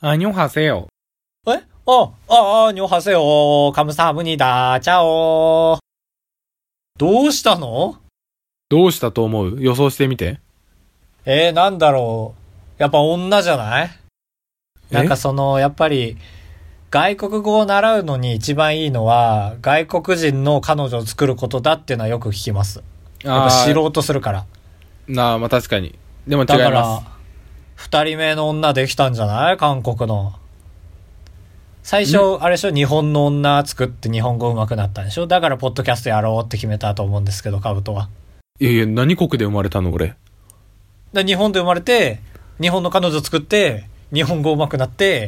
안녕하세요。 안녕하세요。감사합니다。チャオ。どうしたの？ どうしたと思う？予想してみて。 なんだろう。やっぱ女じゃない？なんかやっぱり、外国語を習うのに一番いいのは、外国人の彼女を作ることだっていうのはよく聞きます。やっぱ知ろうとするから。 まあ確かに。でも違います。 だから、二人目の女できたんじゃない？韓国の。最初、あれでしょ？日本の女作って日本語上手くなったんでしょ？だからポッドキャストやろうって決めたと思うんですけど、カブトは。 いやいや、何国で生まれたの俺。 日本で生まれて、日本の彼女作って、日本語上手くなって、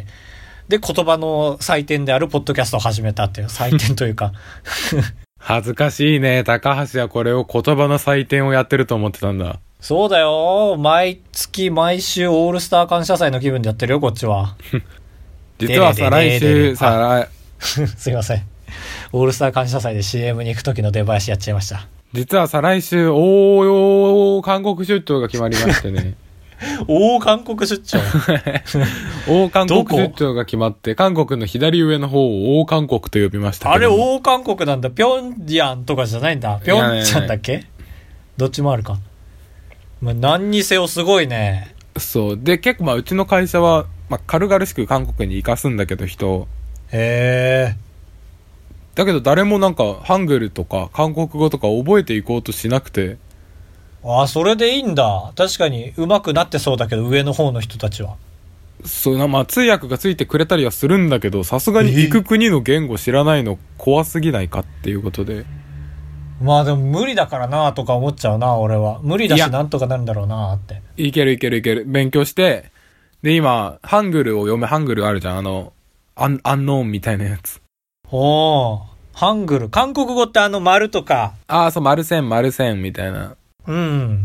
で、言葉の祭典であるポッドキャストを始めたっていう、祭典というか。 恥ずかしいね。高橋はこれを言葉の祭典をやってると思ってたんだ。 そうだよ。毎月、毎週オールスター感謝祭の気分でやってるよ、こっちは。 実は再来週、 すいません。オールスター感謝祭で CM に行く時の出囃子やっちゃいました。 実は再来週、韓国出張が決まりましてね。 韓国出張韓国出張が決まって、韓国の左上の方を韓国と呼びましたけど。 あれ、韓国なんだ。ピョンヤンとかじゃないんだ。ピョンチャンだっけ？どっちもあるか。まあ、何にせよすごいね。 そう。で、結構うちの会社は、軽々しく韓国に行かすんだけど、人。 へー。 だけど誰もハングルとか韓国語とか覚えていこうとしなくて。 あ、それでいいんだ。確かに上手くなってそうだけど、上の方の人たちは。 そう、通訳がついてくれたりはするんだけど、さすがに行く国の言語知らないの怖すぎないかっていうことで。 まあでも無理だからなとか思っちゃうな、俺は。無理だしなんとかなるんだろうなって。 いける。勉強して、で今、ハングルを読め、ハングルあるじゃん、アンノーンみたいなやつ。 ハングル。韓国語って丸とか。 ああ、そう、丸線みたいな。 うん。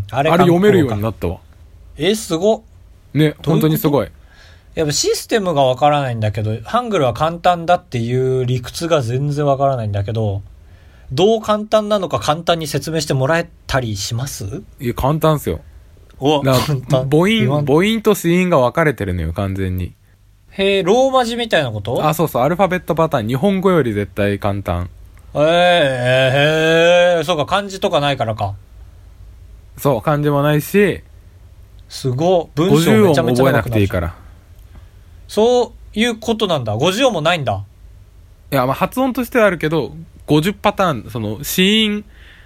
あれ読めるようになったわ。 すご。 ね、本当にすごい。 やっぱシステムがわからないんだけど、ハングルは簡単だっていう理屈が全然わからないんだけど、どう簡単なのか簡単に説明してもらえたりします？ いや、簡単っすよ。 簡単。 母音と子音が分かれてるのよ、完全に。 へえ、ローマ字みたいなこと？ あ、そうそう、アルファベットパターン、日本語より絶対簡単。 そうか、漢字とかないからか。 そう、漢字もないし、 すごい。文章めちゃめちゃ長くなる。50音も覚えなくていいから。そういうことなんだ。50音もないんだ。 いや、発音としてはあるけど、50パターン、子音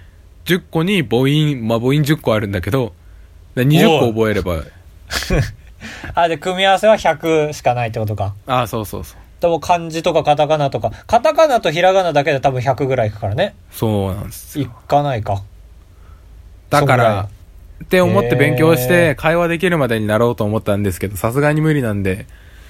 10個に母音、母音10個あるんだけど、20個覚えれば。 で、組み合わせは100しかないってことか。 あ、そう。 でも漢字とかカタカナとか、カタカナとひらがなだけで多分100ぐらいいくからね。 そうなんですよ。 いかないか。 だから、って思って勉強して会話できるまでになろうと思ったんですけど、さすがに無理なんで。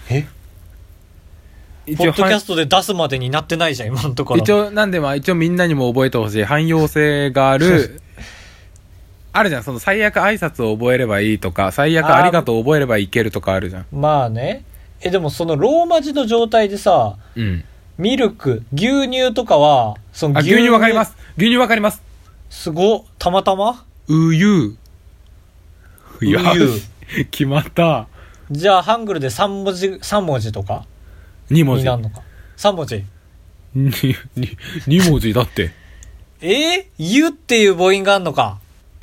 ポッドキャストで出すまでになってないじゃん、今のところ。 一応みんなにも覚えてほしい汎用性があるあるじゃん、最悪挨拶を覚えればいいとか、最悪ありがとう覚えればいけるとかあるじゃん。 まあね。でもローマ字の状態でさ、ミルク、牛乳とかは、 牛乳わかります。 すご、たまたまうゆ決まった。 じゃあハングルで3文字とか 2文字になるのか。3文字 2文字だってゆっていう母音があんのか。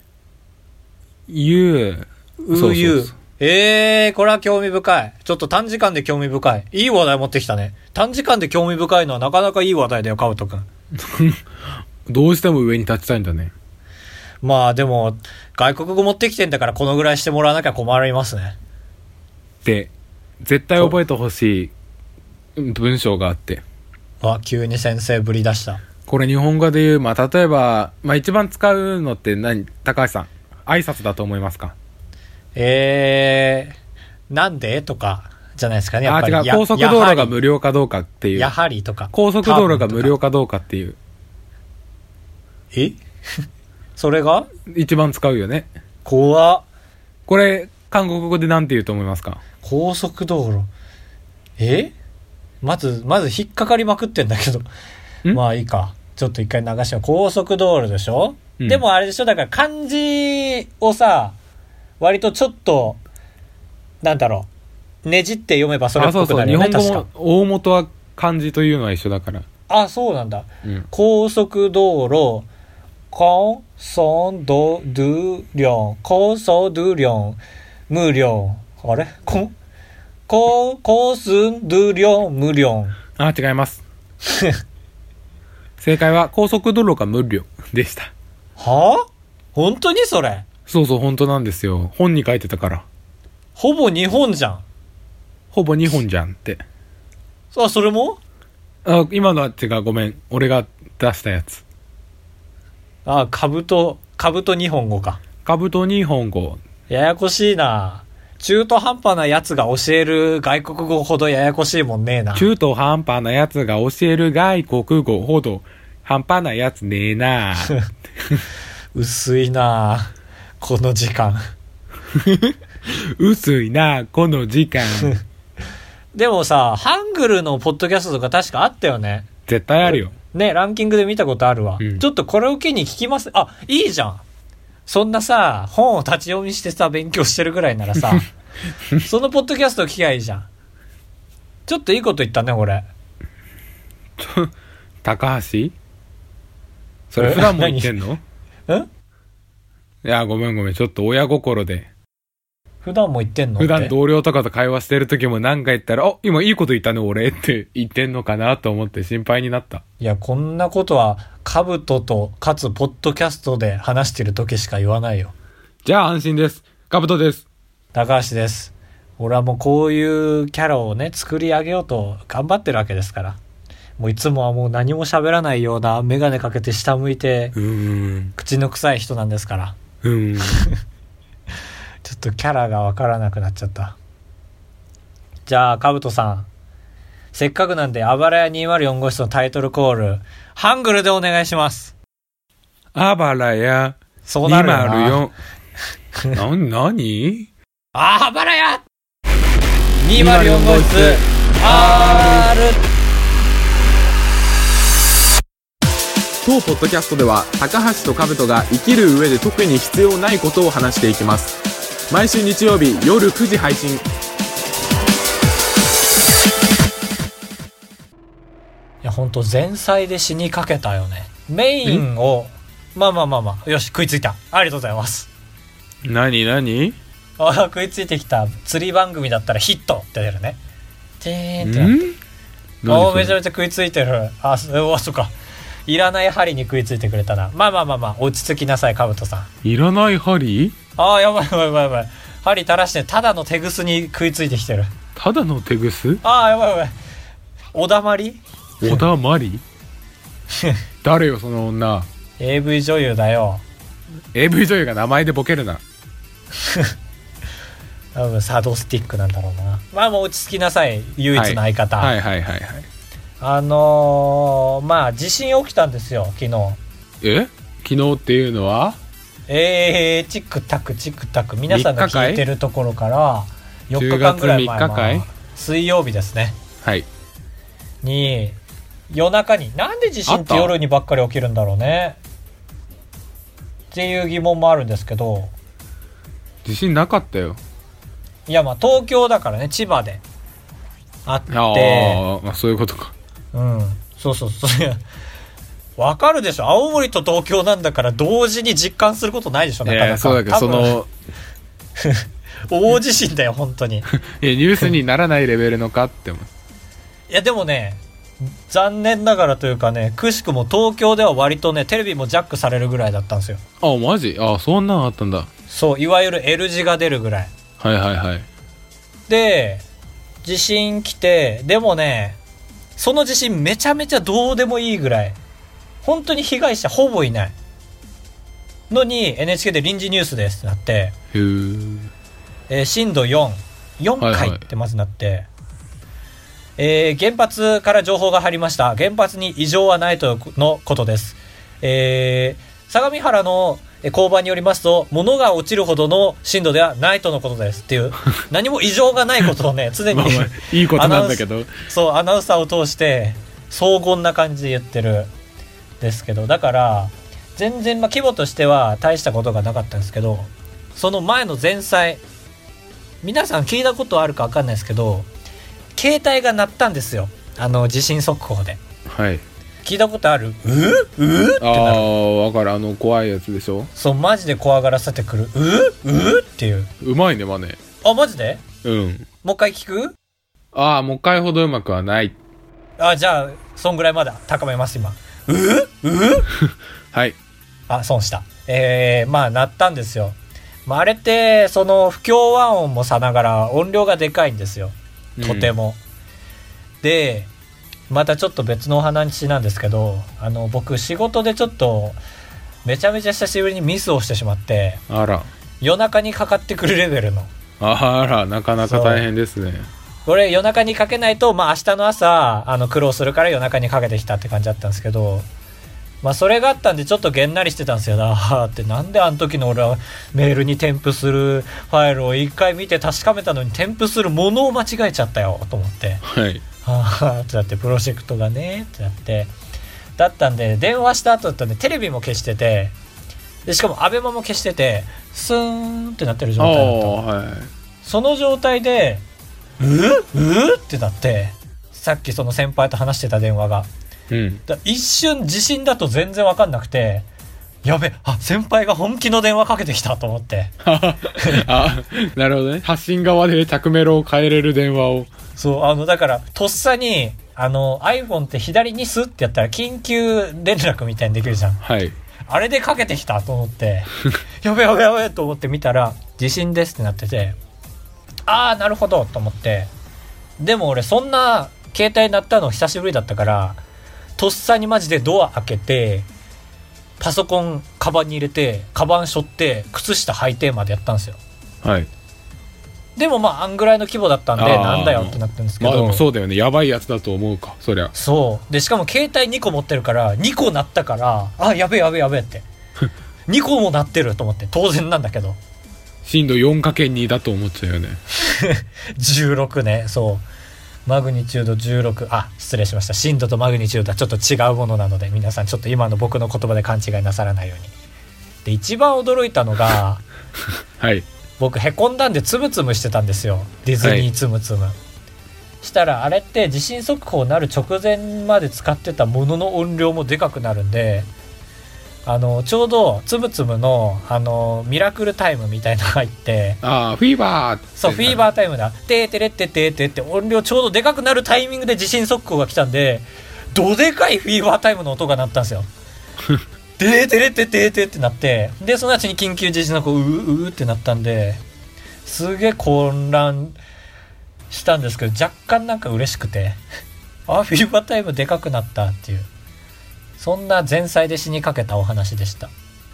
ゆうゆ。これは興味深い。ちょっと短時間で興味深い。いい話題持ってきたね。短時間で興味深いのはなかなかいい話題だよ、カウト君。 どうしても上に立ちたいんだね。 まあでも、外国語持ってきてんだからこのぐらいしてもらわなきゃ困りますね。 で、絶対覚えてほしい文章があって。 急に先生ぶり出した。これ日本語で言う、例えば、一番使うのって高橋さん、挨拶だと思いますか？ なんでとかじゃないですかね。やっぱり。 違う。高速道路が無料かどうかっていう。 やはりとか。 高速道路が無料かどうかっていう。 それが一番使うよね。 怖っ。 これ韓国語でなんて言うと思いますか？ 高速道路。まず引っかかりまくってんだけど。まあいいか。ちょっと一回流しよう。高速道路でしょ、でもあれでしょ、だから漢字をさ、割とちょっと、なんだろねじって読めばそれっぽそうそう、 くなるよね。 日本語確か。 も大元は漢字というのは一緒だから。 あ、そうなんだ。 うん。 高速道路、高速道路、高速道路、無料。あれ高速道路、無料。 あ、違います。正解は高速道路が無料でした。 はぁ？本当にそれ？ そうそう、本当なんですよ。本に書いてたから。 ほぼ日本じゃん。 ほぼ日本じゃんって。 あ、それも？ あ、今のは違う、ごめん。俺が出したやつ。 あ、兜日本語か。 兜日本語。 ややこしいな。中途半端なやつが教える外国語ほどややこしいもんねえな。 中途半端なやつが教える外国語ほど半端なやつねえな。 薄いなこの時間。 薄いなこの時間。 でもさ、ハングルのポッドキャストとか確かあったよね。 絶対あるよ。 ね、ランキングで見たことあるわ。 うんちょっとこれを機に聞きます。あ、いいじゃん。そんなさ、本を立ち読みしてさ、勉強してるぐらいならさ、そのポッドキャストを聞きゃいいじゃん。ちょっといいこと言ったね、俺。 高橋それ普段も言ってんの？ ん？ いや、ごめん。ちょっと親心で。 普段も言ってんのって？ 普段同僚とかと会話してる時も何か言ったら、あ、今いいこと言ったね俺って言ってんのかなと思って心配になった。 いや、こんなことは、カブトと、かつ、ポッドキャストで話してる時しか言わないよ。 じゃあ安心です。カブトです。 高橋です。俺はもうこういうキャラをね、作り上げようと頑張ってるわけですから。もういつもはもう何も喋らないような、メガネかけて下向いて、口の臭い人なんですから。ちょっとキャラがわからなくなっちゃった。じゃあ、カブトさん。せっかくなんで、あばらや204号室のタイトルコール、ハングルでお願いします。 あばらやそうなるよな。 何あばらや204号室 R。 当ポッドキャストでは高橋と兜が生きる上で特に必要ないことを話していきます。毎週日曜日夜9時配信。 いや、ほんと前菜で死にかけたよね。メインを、まあ。よし、食いついた。ありがとうございます。 何あ、食いついてきた。釣り番組だったらヒットって出るね。てーんってなって。めちゃめちゃ食いついてる。あ、そっか。いらない針に食いついてくれたな。まあ、落ち着きなさい、カブトさん。 いらない針？ やばい。針垂らして、ただの手ぐすに食いついてきてる。 ただの手ぐす？ やばい。おだまり？ おだまり？誰よ、その女。 AV 女優だよ。 AV 女優が名前でボケるな。 多分サドスティックなんだろうな。まあもう落ち着きなさい、唯一の相方。 はい。 地震起きたんですよ、昨日。 昨日っていうのは？ チックタク。皆さんが聞いてるところから4日間ぐらい前、 10月3日水曜日ですね。 はい。 に、夜中に、なんで地震って夜にばっかり起きるんだろうね。っていう疑問もあるんですけど。 地震なかったよ。 いや、東京だからね、千葉であって。 そういうことか。 そう。わかるでしょ。青森と東京なんだから同時に実感することないでしょ、なかなか。 そうだけど、 大地震だよ、本当に。 いや、ニュースにならないレベルのかって思う。 いや、でもね、残念ながらというかね、くしくも東京では割とね、テレビもジャックされるぐらいだったんですよ。 マジ？そんなのあったんだ。 そう、いわゆる L 字が出るぐらい。 はい。 で、地震来て、でもね、その地震めちゃめちゃどうでもいいぐらい、本当に被害者ほぼいないのに NHK で臨時ニュースですってなって、震度4回ってまずなって、原発から情報が入りました。原発に異常はないとのことです。相模原の交番によりますと、物が落ちるほどの震度ではないとのことですっていう、何も異常がないことをね、常にいいことなんだけど、 そう、アナウンサーを通して荘厳な感じで言ってるですけど、だから全然規模としては大したことがなかったんですけど、その前の前菜皆さん聞いたことあるか分かんないですけど、携帯が鳴ったんですよ、地震速報で。 はい。 聞いたことある？ってなる。 わかる。怖いやつでしょ。 そう、マジで怖がらせてくる。っていう。 うまいね、マネ。 あ、マジで？ うん。 もう一回聞く？ もう一回ほどうまくはない。 じゃあ、そんぐらいまで高めます、今。 はい。 損した。まあ、鳴ったんですよ。まあ、あれって、その、不協和音もさながら音量がでかいんですよ。とても。で、またちょっと別のお話なんですけど、僕仕事でちょっとめちゃめちゃ久しぶりにミスをしてしまって、 あら、 夜中にかかってくるレベルの。 あら、なかなか大変ですね。 これ夜中にかけないと、まあ明日の朝苦労するから夜中にかけてきたって感じだったんですけど、まあそれがあったんでちょっとげんなりしてたんですよ。ってなんであの時の俺はメールに添付するファイルを一回見て確かめたのに添付するものを間違えちゃったよと思って、 はい。 ってなって、プロジェクトがねってなって、だったんで電話した後だったんでテレビも消してて、でしかもアベマも消してて、スーンってなってる状態だった、はい、その状態でってなって、さっきその先輩と話してた電話が、一瞬地震だと全然分かんなくて、やべ、先輩が本気の電話かけてきたと思ってなるほどね。発信側で着メロを変えれる電話を。 そう、だからとっさにiPhone って左にスッってやったら緊急連絡みたいにできるじゃん。 はい。 あれでかけてきたと思ってやべと思って見たら地震ですってなってて、なるほどと思って、でも俺そんな携帯鳴ったの久しぶりだったから、とっさにマジでドア開けてパソコンカバンに入れて、カバン背負って靴下履いてまでやったんですよ。 はい。 でもまああんぐらいの規模だったんで、なんだよってなってるんですけど。 まあでもそうだよね。やばいやつだと思うか、そりゃ。 そうで、しかも携帯2個持ってるから2個鳴ったから、やべえって2個も鳴ってると思って、当然なんだけど震度 4×2 だと思っちゃうよね 16ね。そうマグニチュード16、失礼しました。震度とマグニチュードはちょっと違うものなので、皆さんちょっと今の僕の言葉で勘違いなさらないように。で、一番驚いたのがはい、 僕へこんだんでつむつむしてたんですよ、ディズニーつむつむ、したらあれって地震速報なる直前まで使ってたものの音量もでかくなるんで、ちょうどつむつむのミラクルタイムみたいなのが入って、 フィーバー、 そう、フィーバータイムだ、てーてれっててーてって音量ちょうどでかくなるタイミングで地震速報が来たんで、どでかいフィーバータイムの音が鳴ったんですよてーてれっててーてってなって、でその後に緊急地震速報うってなったんで、すげえ混乱したんですけど、若干なんか嬉しくてフィーバータイムでかくなったっていう、そんな前菜で死にかけたお話でした。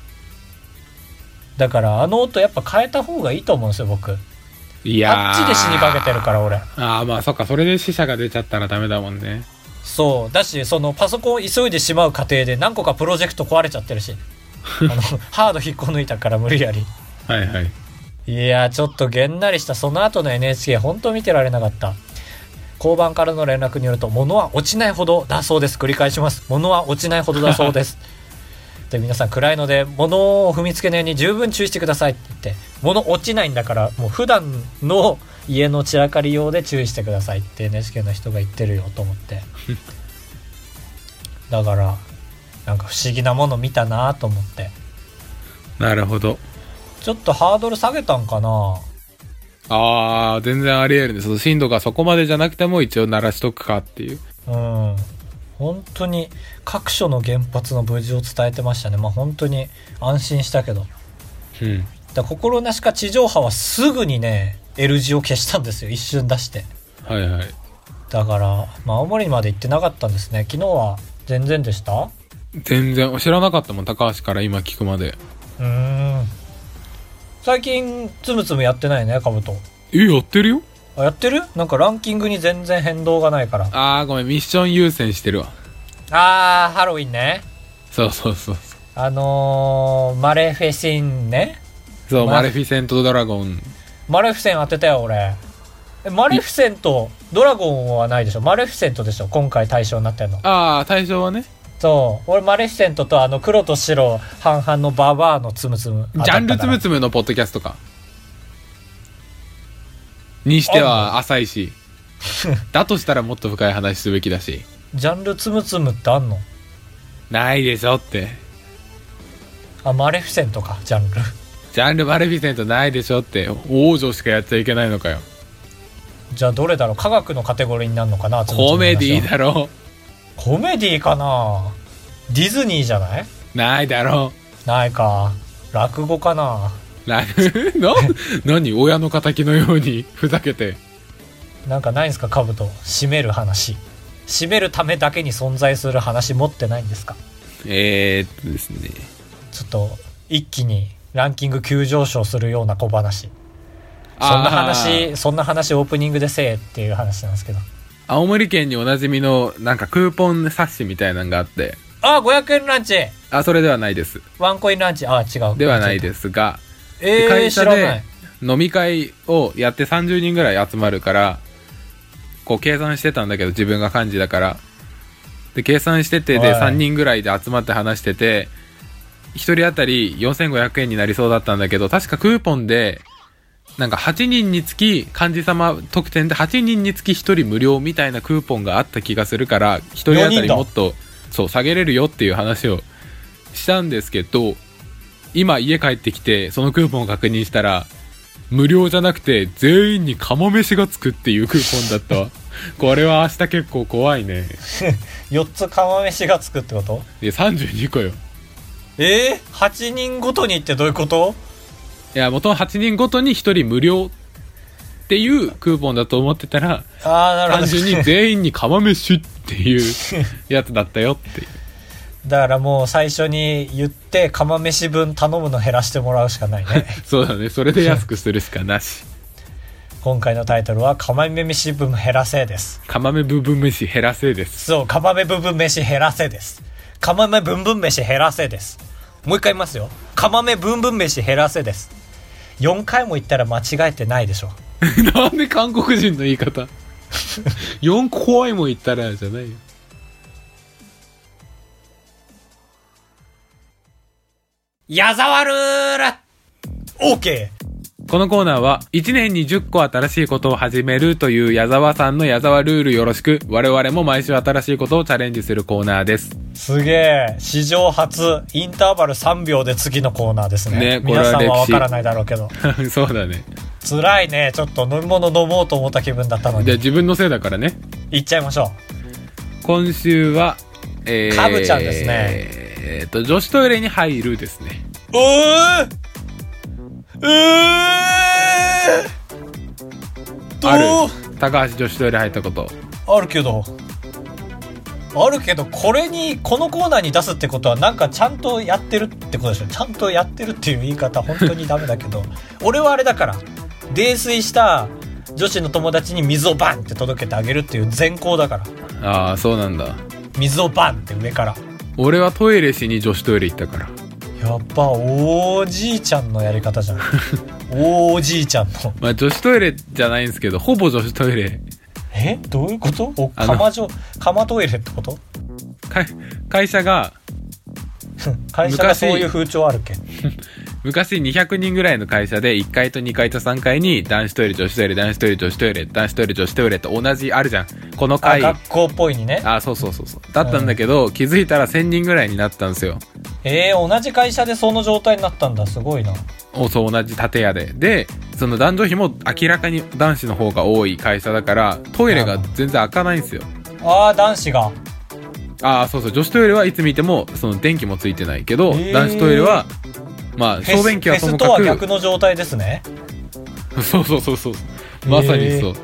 だから音やっぱ変えた方がいいと思うんですよ、僕。 いやあっちで死にかけてるから俺。 まあそっか、それで死者が出ちゃったらダメだもんね。 そうだし、そのパソコンを急いでしまう過程で何個かプロジェクト壊れちゃってるしハード引っこ抜いたから無理やり。 はいはい。 いやちょっとげんなりした。その後の NHK 本当見てられなかった。交番からの連絡によると、物は落ちないほどだそうです。繰り返します。物は落ちないほどだそうですで、皆さん暗いので物を踏みつけないように十分注意してくださいって言って、物落ちないんだからもう普段の家の散らかり用で注意してくださいって NHK の人が言ってるよと思ってだからなんか不思議なもの見たなと思って。 なるほど。 ちょっとハードル下げたんかな。 全然あり得るね。その震度がそこまでじゃなくても一応鳴らしとくかっていう。 本当に各所の原発の無事を伝えてましたね。本当に安心したけど。だ心なしか地上波はすぐにね L 字を消したんですよ、一瞬出して。 はいはい。 だから青森まで行ってなかったんですね。昨日は全然でした？ 全然知らなかったもん、高橋から今聞くまで。 最近つむつむやってないね、カブト。 やってるよ。 やってる？なんかランキングに全然変動がないから。 ごめん、ミッション優先してるわ。 ハロウィンね。 そうマレフェシンね。 そう、マレフィセントドラゴン。 マレフィセン当てたよ俺。マレフィセントドラゴンはないでしょ。マレフィセントでしょ、今回対象になってるの。 対象はね。 そう、俺マレフィセントと黒と白半々のババアのつむつむ。 ジャンルつむつむのポッドキャストか。 にしては浅いしだとしたらもっと深い話すべきだし。 ジャンルつむつむってあんの？ ないでしょって。 あ、マレフィセントか、ジャンル。 ジャンルマレフィセントないでしょって。王女しかやっちゃいけないのかよ。 じゃあどれだろう、科学のカテゴリーになるのかな。 コメディだろ。 コメディかな。ディズニーじゃない？ ないだろ。 ないか。落語かな。 何親の敵のようにふざけて。 なんかないんですか、カブト。締める話。締めるためだけに存在する話持ってないんですか？ ですね。 ちょっと一気にランキング急上昇するような小話。そんな話オープニングでせえっていう話なんですけど。 青森県におなじみのなんかクーポン冊子みたいなのがあって。 あ、500円ランチ。 あ、それではないです。 ワンコインランチ。あ、違う。 ではないですが、会社で飲み会をやって30人ぐらい集まるから、こう計算してたんだけど、自分が幹事だから。で、計算してて、で、3人ぐらいで集まって話してて、1人当たり4500円になりそうだったんだけど、確かクーポンで、なんか8人につき、幹事様特典で8人につき1人無料みたいなクーポンがあった気がするから、1人当たりもっと、そう、下げれるよっていう話をしたんですけど、今家帰ってきて、そのクーポンを確認したら、無料じゃなくて全員に釜飯がつくっていうクーポンだったわ。これは明日結構怖いね。 4つ釜飯がつくってこと？ いや、32個よ。 8人ごとにってどういうこと？ いや、元々8人ごとに1人無料っていうクーポンだと思ってたら、 なるほど。 単純に全員に釜飯っていうやつだったよっていう。 だからもう最初に言って釜飯分頼むの減らしてもらうしかないね。 そうだね、それで安くするしかなし。 今回のタイトルは釜飯分減らせです。 釜めぶぶ飯減らせです。 そう、釜めぶぶ飯減らせです。釜めぶんぶん飯減らせです。もう一回言いますよ。釜めぶんぶん飯減らせです。4回も言ったら間違えてないでしょ。 なんで韓国人の言い方4回も言ったらじゃないよ。 矢沢ルール OK。 このコーナーは1年に10個新しいことを始めるという矢沢さんの矢沢ルールよろしく、我々も毎週新しいことをチャレンジするコーナーです。 すげえ、史上初インターバル3秒で次のコーナーですね。皆さんは分からないだろうけどそうだね。 辛いね。ちょっと飲み物飲もうと思った気分だったのに。 じゃあ自分のせいだからね。 いっちゃいましょう。今週はカブちゃんですね。 女子トイレに入るですね。ある？高橋女子トイレ入ったことあるけど、このコーナーに出すってことはなんかちゃんとやってるってことでしょ。ちゃんとやってるっていう言い方本当にダメだけど俺はあれだから、泥酔した女子の友達に水をバンって届けてあげるっていう善行だから。 ああ、そうなんだ。 水をバンって上から。 俺はトイレしに女子トイレ行ったから。 やっぱおじいちゃんのやり方じゃんおじいちゃんの。 まあ女子トイレじゃないんですけど、ほぼ女子トイレ。 どういうこと？釜トイレってこと？ 会社がそういう風潮あるっけ昔200人ぐらいの会社で1階と2階と3階に男子トイレ女子トイレ男子トイレ女子トイレ男子トイレ女子トイレって同じあるじゃん。この階学校っぽいにね。 そうだったんだけど、気づいたら1000人ぐらいになったんですよ。 同じ会社でその状態になったんだ。すごいな。 そう、同じ建屋でその男女比も明らかに男子の方が多い会社だからトイレが全然開かないんですよ。 男子がそう女子トイレはいつ見てもその電気もついてないけど、男子トイレはまあ小便器はともかくフェスとは逆の状態ですね。 そうまさにそう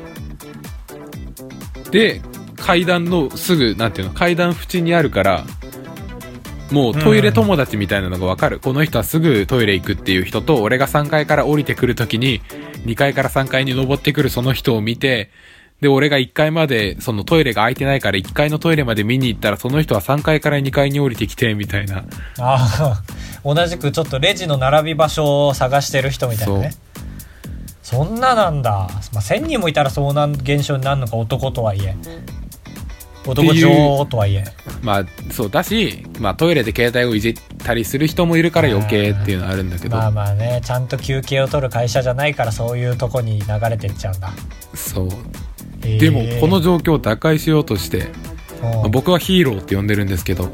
で、階段のすぐなんていうの、階段縁にあるからもうトイレ友達みたいなのが分かる。この人はすぐトイレ行くっていう人と、俺が3階から降りてくるときに2階から3階に登ってくるその人を見て、で俺が1階までそのトイレが空いてないから1階のトイレまで見に行ったら、その人は3階から2階に降りてきてみたいな。 同じくちょっとレジの並び場所を探してる人みたいなね。そんななんだ。1000人もいたらそうな現象になるのか。男とはいえ、男女とはいえ、 そうだし、トイレで携帯をいじったりする人もいるから余計っていうのはあるんだけど、 まあまあね、ちゃんと休憩を取る会社じゃないからそういうとこに流れてっちゃうんだ。 そう、でもこの状況を打開しようとして、僕はヒーローって呼んでるんですけど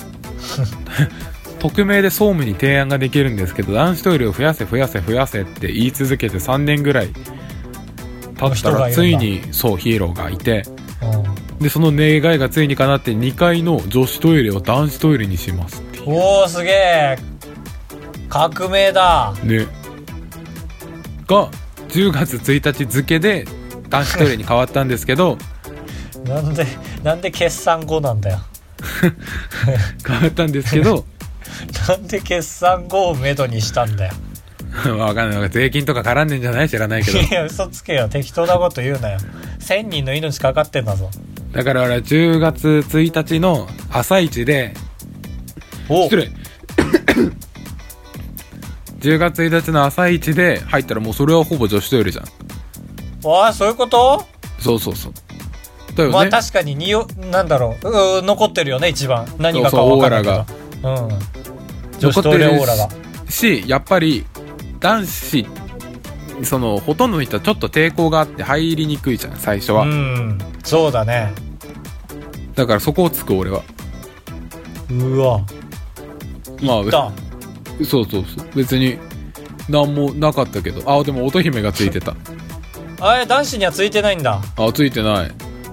匿名で総務に提案ができるんですけど、男子トイレを増やせ増やせ増やせって言い続けて3年ぐらい経ったらついにそうヒーローがいて、でその願いがついに叶って2階の女子トイレを男子トイレにしますっていう。 おーすげえ革命だね。が10月1日付で男子トイレに変わったんですけどなんで決算後なんだよ変わったんですけどなんで決算後をめどにしたんだよわかんない、税金とか絡んでんじゃない、知らないけど。 いや嘘つけよ、適当なこと言うなよ。1000人の命かかってんだぞ。 だから俺は10月1日の朝一で失礼10月1日の朝一で入ったらもうそれはほぼ女子トイレじゃん。 ああそういうこと？ そうそうそうだよね。 まあ確かになんだろう、残ってるよね一番。何がか分からないけど、オーラが、女子トイレオーラがし、やっぱり男子そのほとんどの人はちょっと抵抗があって入りにくいじゃん最初は。 そうだね。 だからそこをつく俺は。 うわまあそう別に何もなかったけど、でも乙姫がついてたあれ男子にはついてないんだ。 ついてない。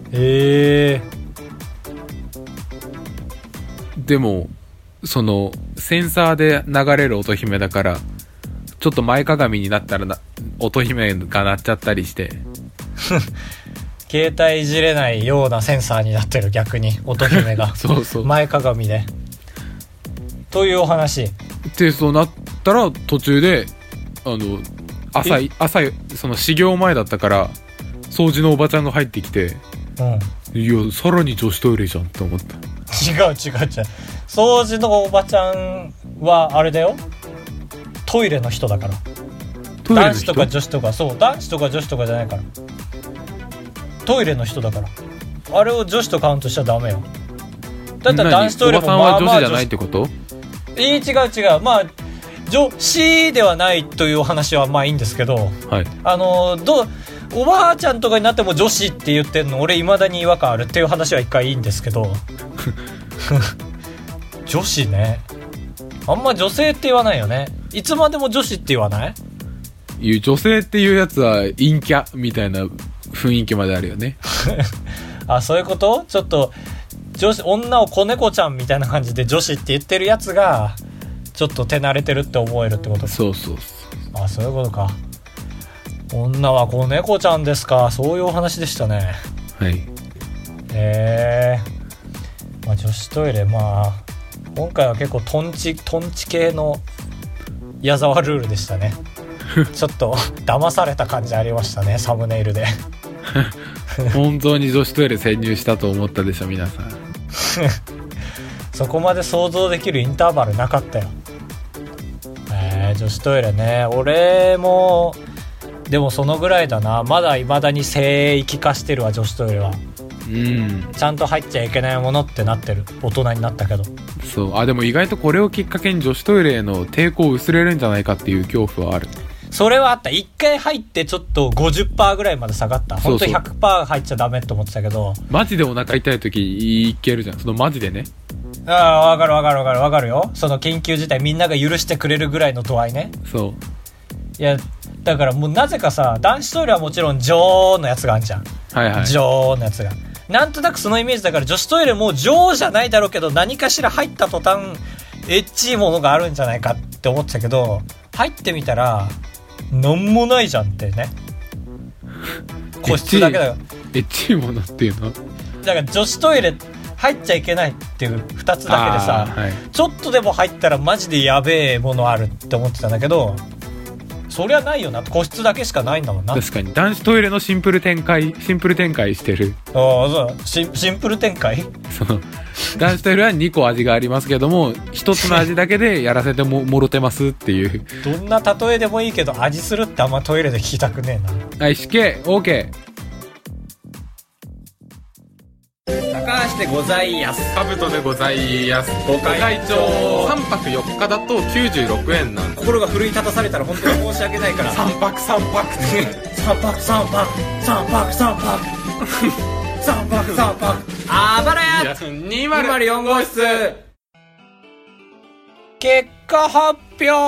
でもそのセンサーで流れる乙姫だからちょっと前かがみになったら乙姫が鳴っちゃったりして携帯いじれないようなセンサーになってる、逆に乙姫がそう前かがみでというお話で、そうなったら途中で朝その始業前だったから掃除のおばちゃんが入ってきて、いやさらに女子トイレじゃんって思った。 違う掃除のおばちゃんはあれだよ、トイレの人だから。男子とか女子とか、そう男子とか女子とかじゃないから、トイレの人だから。あれを女子とカウントしちゃダメよ。だったら男子トイレもまあまあおばさんは女子じゃないってこと？ 違う、まあ女子ではないというお話はまあいいんですけど、 はい、 おばあちゃんとかになっても女子って言ってんの俺未だに違和感あるっていう話は一回いいんですけど女子ね、あんま女性って言わないよね。いつまでも女子って言わない？ 女性っていうやつは陰キャみたいな雰囲気まであるよねそういうこと？ちょっと女を子猫ちゃんみたいな感じで女子って言ってるやつがちょっと手慣れてるって思えるってことか。 そうそういうことか。女は子猫ちゃんですか。そういうお話でしたね。 はい。 まあ、女子トイレ、まあ今回は結構トンチ系の矢沢ルールでしたねちょっと騙された感じありましたね、サムネイルで本当に女子トイレ潜入したと思ったでしょ皆さんそこまで想像できるインターバルなかったよ。女子トイレね、俺もでもそのぐらいだな。まだ未だに聖域化してるわ、女子トイレは。ちゃんと入っちゃいけないものってなってる、大人になったけど。 そうでも意外とこれをきっかけに女子トイレへの抵抗薄れるんじゃないかっていう恐怖はある。 それはあった。一回入ってちょっと 50% ぐらいまで下がった。本当に 100% 入っちゃダメって思ってたけど、 マジでお腹痛い時いけるじゃん、そのマジでね。 わかるよ。その緊急事態みんなが許してくれるぐらいの度合いね。 そういやだからもうなぜかさ、男子トイレはもちろん女王のやつがあんじゃん。女王のやつがなんとなくそのイメージだから、女子トイレも女王じゃないだろうけど何かしら入った途端エッチいものがあるんじゃないかって思ってたけど、入ってみたらなんもないじゃんってね。個室だけだよ。 エッチいものっていうのだから女子トイレ入っちゃいけないっていう2つだけでさ、ちょっとでも入ったらマジでやべえものあるって思ってたんだけど、そりゃないよな。個室だけしかないんだもんな。 確かに男子トイレのシンプル展開してる。 そうシンプル展開男子トイレは2個味がありますけども1つの味だけでやらせてもろてますっていうどんな例えでもいいけど味するってあんまトイレで聞きたくねえな。 はい、死刑 OK。 高橋でございやす。 カブトでございます。ご会長3泊4日だと96円なんで、 心が奮い立たされたら本当に申し訳ないから 3泊3泊あばらや 204号室。 結果発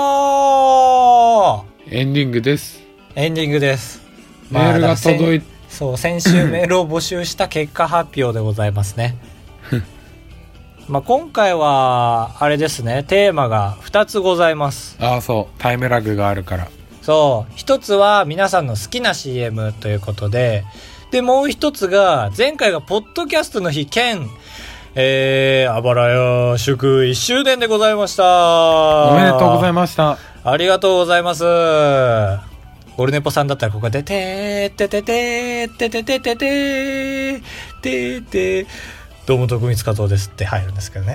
表。 エンディングです。 エンディングです。 メールが届いて、 そう、先週メールを募集した結果発表でございますね。まあ今回はあれですね、テーマが2つございます。 ああ、そうタイムラグがあるから。 そう一つは皆さんの好きな CM ということで、でもう一つが前回がポッドキャストの日兼あばらや祝1周年でございました。 おめでとうございました。 ありがとうございます。オルネポさんだったらここでてーてててーてててててーてーてーどうも徳光加藤ですって入るんですけどね。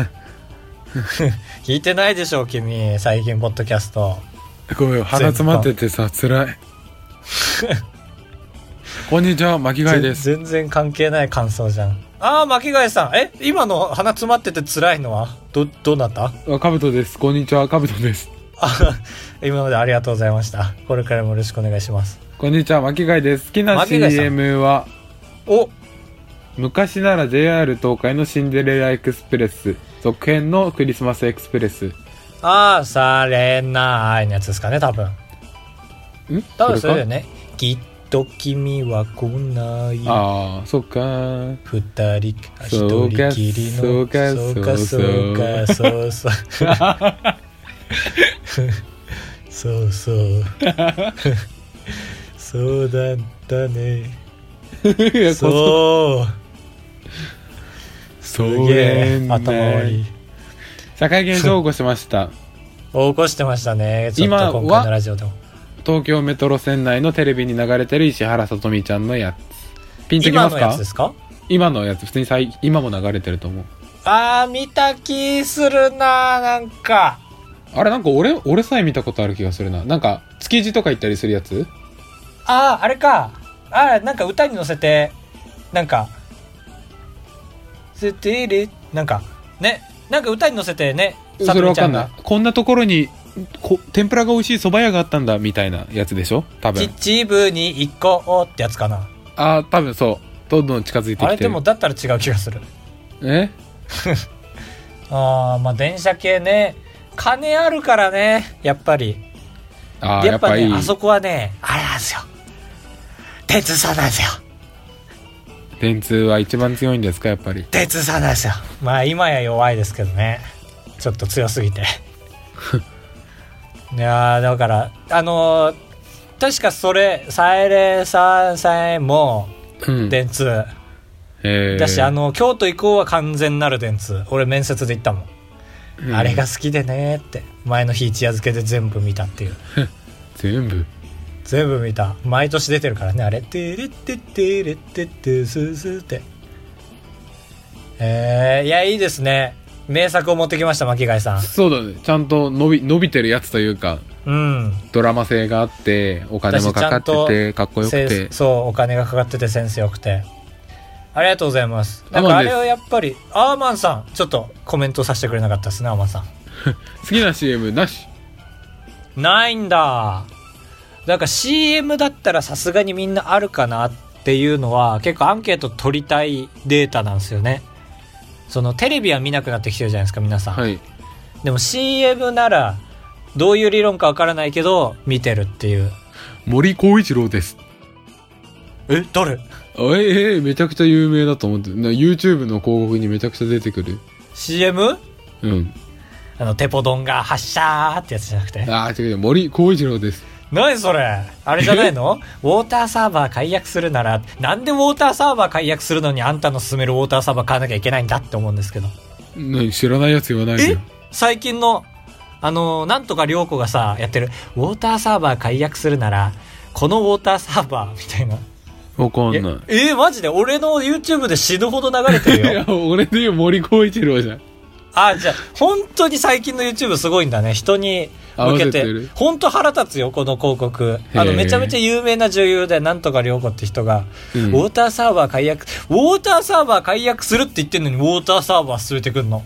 聞いてないでしょ君、最近ポッドキャスト。 ごめん、鼻詰まっててさ辛い。こんにちは、巻貝です。 全然関係ない感想じゃん。ああ、巻貝さん。今の鼻詰まってて辛いのはどうなった？ カブトです。こんにちは、カブトです。 今までありがとうございました。これからもよろしくお願いします。 こんにちは、巻貝です。好きな CM は昔なら JR 東海のシンデレラエクスプレス、続編のクリスマスエクスプレス。 ああ、されないのやつですかね、多分それだよね。きっと君は来ない。 ああ、そっか。 二人か一人きりの。そうかそうそうそうそうそうだったね。そうすげえ頭悪い。 社会現象を起こしました。 起こしてましたね。ちょっと今回のラジオでも東京メトロ線内のテレビに流れてる石原さとみちゃんのやつ。ピンときますか？ 今のやつですか？ 今のやつ普通に今も流れてると思う。 あー、見た気するな。なんかあれ、なんか俺さえ見たことある気がするな。なんか築地とか行ったりするやつ。 あれか。なんか歌に乗せてなんかせてれなんかね、なんか歌に乗せてね。 それわかんない。こんなところに天ぷらが美味しい蕎麦屋があったんだみたいなやつでしょ多分。 秩父に行こうってやつかな。 多分そう。どんどん近づいてきてる。 あれでもだったら違う気がする。まあ電車系ね、金あるからね、やっぱり。やっぱね、あそこはね、あれなんですよ。電通さんなんですよ。 電通は一番強いんですか、やっぱり。 電通さんなんですよ。まあ今や弱いですけどね。ちょっと強すぎて。いやだから確かそれサイレンさんさえも電通、だし京都行こうは完全なる電通。俺面接で行ったもん、あれが好きでねって前の日一夜漬けで全部見たっていう。全部見た。毎年出てるからねあれ。テレテテレテテススって。いやいいですね。名作を持ってきました巻貝さん。 そうだね。ちゃんと伸びてるやつというか、ドラマ性があってお金もかかっててかっこよくて、 そうお金がかかっててセンスよくて、ありがとうございます。なんかあれはやっぱりアーマンさんちょっとコメントさせてくれなかったですね。アーマンさん好きな CM なしないんだ。なんか CM だったらさすがにみんなあるかなっていうのは結構アンケート取りたいデータなんですよね。そのテレビは見なくなってきてるじゃないですか皆さん、でも CM ならどういう理論かわからないけど見てるっていう。 森光一郎です。 誰？ めちゃくちゃ有名だと思って。YouTube の広告にめちゃくちゃ出てくる CM？ テポドンが発射ってやつじゃなくて。 違う、森光一郎です。 何それ、あれじゃないの？ウォーターサーバー解約するなら、なんでウォーターサーバー解約するのにあんたの勧めるウォーターサーバー買わなきゃいけないんだって思うんですけど。 知らないやつ言わないでよ。 最近のなんとか涼子がさやってるウォーターサーバー解約するならこのウォーターサーバーみたいな。 わかんない。 マジで俺の YouTube で死ぬほど流れてるよ。 いや俺で言う森光一郎じゃん。 じゃあ本当に最近の YouTube すごいんだね。人に向けて。ほんと腹立つよ、この広告。めちゃめちゃ有名な女優で、なんとか涼子って人が、ウォーターサーバー解約するって言ってんのに、ウォーターサーバー進めてくんの。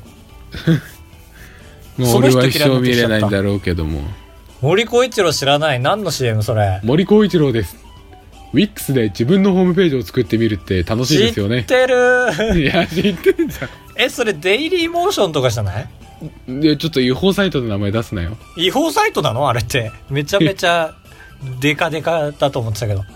もう俺は一生見れないんだろうけども。 森光一郎知らない？何の CM それ？ 森光一郎です。ウィックスで自分のホームページを作ってみるって楽しいですよね。 知ってる。 いや、知ってんじゃん。 それデイリーモーションとかじゃない？ いや、ちょっと違法サイトの名前出すなよ。 違法サイトなの？あれって。めちゃめちゃデカデカだと思ってたけど。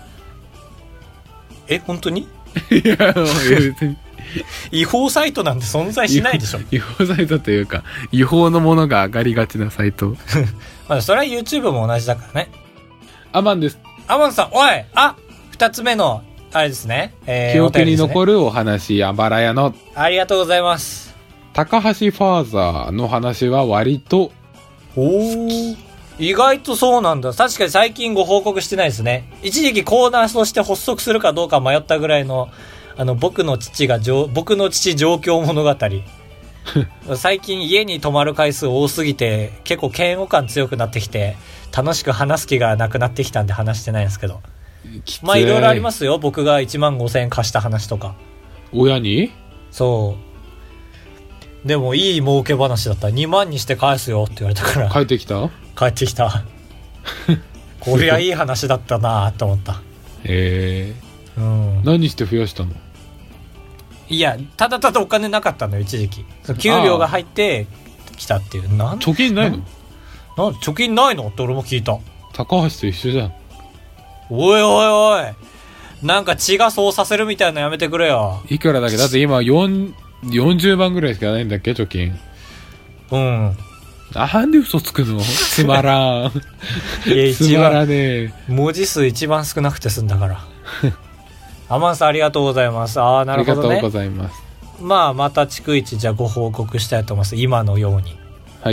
本当に？いや、別に。違法サイトなんて存在しないでしょ。 違法サイトというか、違法のものが上がりがちなサイト。 まあ、それは YouTube も同じだからね。 アマンです。 アマンさん、おい！二つ目の、あれですね。 記憶に残るお話、あばら屋の。 ありがとうございます。 高橋ファーザーの話は割と、 意外とそうなんだ。確かに最近ご報告してないですね。一時期コーナーとして発足するかどうか迷ったぐらいの、僕の父状況物語。最近家に泊まる回数多すぎて、結構嫌悪感強くなってきて、楽しく話す気がなくなってきたんで話してないんですけど。まあいろいろありますよ。僕が15,000円貸した話とか。 親に？ そう。でもいい儲け話だった。2万にして返すよって言われたから。 帰ってきた。 こりゃいい話だったなと思った。 何して増やしたの？ いや、ただただお金なかったのよ、一時期。給料が入ってきたっていう。 貯金ないの？ 貯金ないのって俺も聞いた。 高橋と一緒じゃん。 おいおいおい。なんか血がそうさせるみたいなのやめてくれよ。 いくらだけだって今40万ぐらいしかないんだっけ、貯金。なんで嘘つくの？つまらん。つまらねえ。 文字数一番少なくて済んだから。アマンさんありがとうございます。なるほどね。 ありがとうございます。 また逐一じゃあご報告したいと思います。今のように。 はい。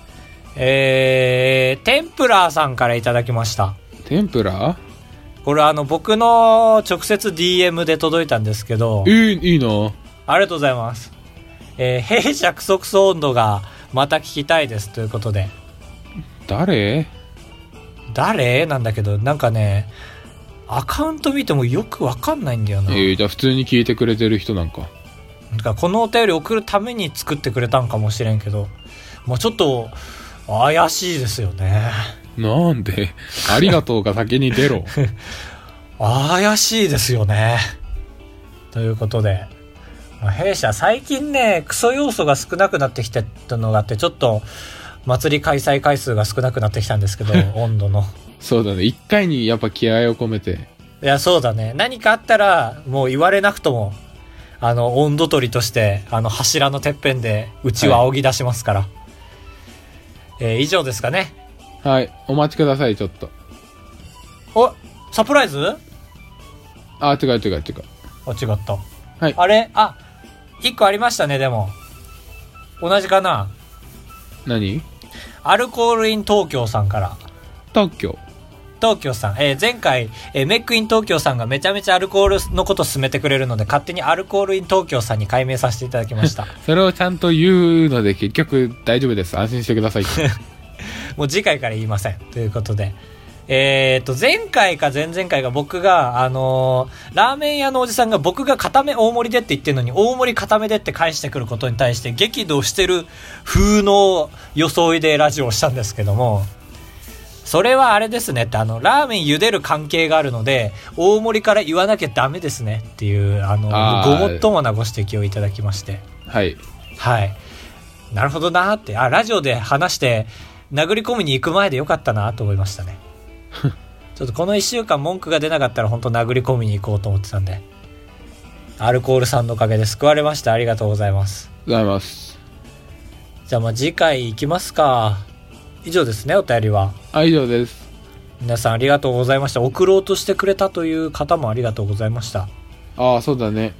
テンプラーさんからいただきました。 テンプラー？ これ僕の直接 DM で届いたんですけど。 いいな。 ありがとうございます。弊社クソクソ温度がまた聞きたいですということで。 誰なんだけど、なんかね、アカウント見てもよくわかんないんだよな。 じゃあ普通に聞いてくれてる人なんか。 だからこのお便り送るために作ってくれたんかもしれんけど、もうちょっと怪しいですよね。 なんで？ありがとうが先に出ろ。 怪しいですよね。ということで、弊社最近ね、クソ要素が少なくなってきてたのがあって、ちょっと祭り開催回数が少なくなってきたんですけど、温度の。 そうだね。一回にやっぱ気合を込めて。 いや、そうだね。何かあったら、もう言われなくとも、温度取りとして、柱のてっぺんで、うちは仰ぎ出しますから。以上ですかね。 はい。お待ちください、ちょっと。 サプライズ？ 違う。 違った。 はい。 あれ？1個ありましたね、でも。同じかな？ 何？ アルコールイン東京さんから。 東京さん。前回、メックイン東京さんがめちゃめちゃアルコールのこと進めてくれるので、勝手にアルコールイン東京さんに改名させていただきました。 それをちゃんと言うので、結局大丈夫です。安心してください。 もう次回から言いません。ということで。前回か前々回が僕が、ラーメン屋のおじさんが僕が固め大盛りでって言ってるのに、大盛り固めでって返してくることに対して激怒してる風の装いでラジオをしたんですけども、それはあれですねって、ラーメン茹でる関係があるので、大盛りから言わなきゃダメですねっていう、ごもっともなご指摘をいただきまして。 はい。 はい。なるほどなーって、ラジオで話して、殴り込みに行く前でよかったなと思いましたね。ちょっとこの1週間文句が出なかったら本当殴り込みに行こうと思ってたんで、アルコールさんのおかげで救われました。ありがとうございます。 ございます。 じゃあ次回行きますか。以上ですね、お便りは。 以上です。 皆さんありがとうございました。送ろうとしてくれたという方もありがとうございました。 そうだね。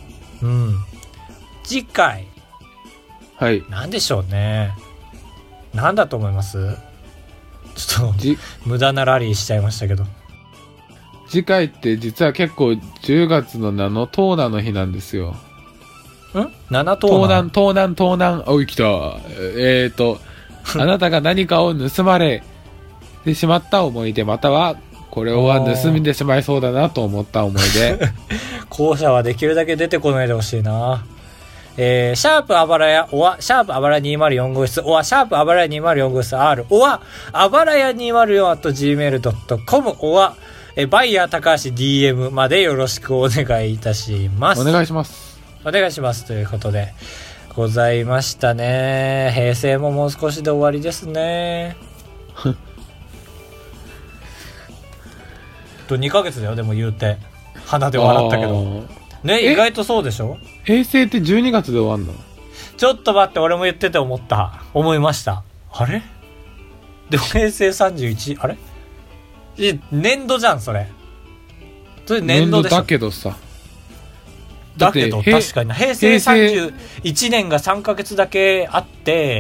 次回。 はい。 なんでしょうね。なんだと思います？ちょっと無駄なラリーしちゃいましたけど。 次回って実は結構10月の7盗難の日なんですよ。 7盗難？ 盗難。おい、来た。 あなたが何かを盗まれてしまった思い出、またはこれは盗んでしまいそうだなと思った思い出。 後者はできるだけ出てこないでほしいな。シャープあばらや、おわ、シャープあばらや204号室、おわ、シャープあばらや204号室 R、おわ、あばらや 204@gmail.com、おわ、バイヤー高橋 DM までよろしくお願いいたします。 お願いします。 お願いします。ということで、ございましたね。平成ももう少しで終わりですね。2ヶ月だよ、でも言うて。鼻で笑ったけど。ね、意外とそうでしょ？ 平成って12月で終わんの？ ちょっと待って、俺も言ってて思いました。あれ？でも平成31、あれ？年度じゃん、それ。それ年度でしょ。 だけどさ。 だけど、確かにな。平成31年が3ヶ月だけあって、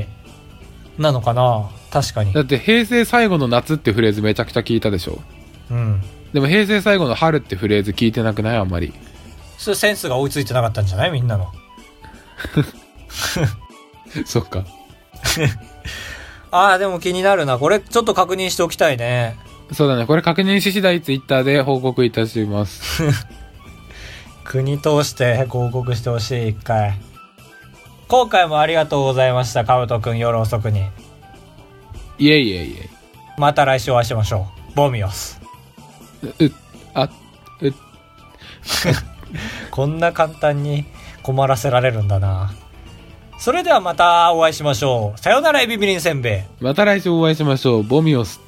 なのかな？確かに。 だって平成最後の夏ってフレーズめちゃくちゃ聞いたでしょ。 うん。 でも平成最後の春ってフレーズ聞いてなくない？あんまり。 それセンスが追いついてなかったんじゃない？みんなの。 そっか。 ああ、でも気になるな。これちょっと確認しておきたいね。 そうだね。これ確認し次第ツイッターで報告いたします。 国通して報告してほしい、一回。今回もありがとうございました、カブトくん、夜遅くに。 いえいえいえ。 また来週お会いしましょう。ボミオス。こんな簡単に困らせられるんだな。それではまたお会いしましょう。さよならエビビリンせんべい。 また来週お会いしましょう。ボミオス。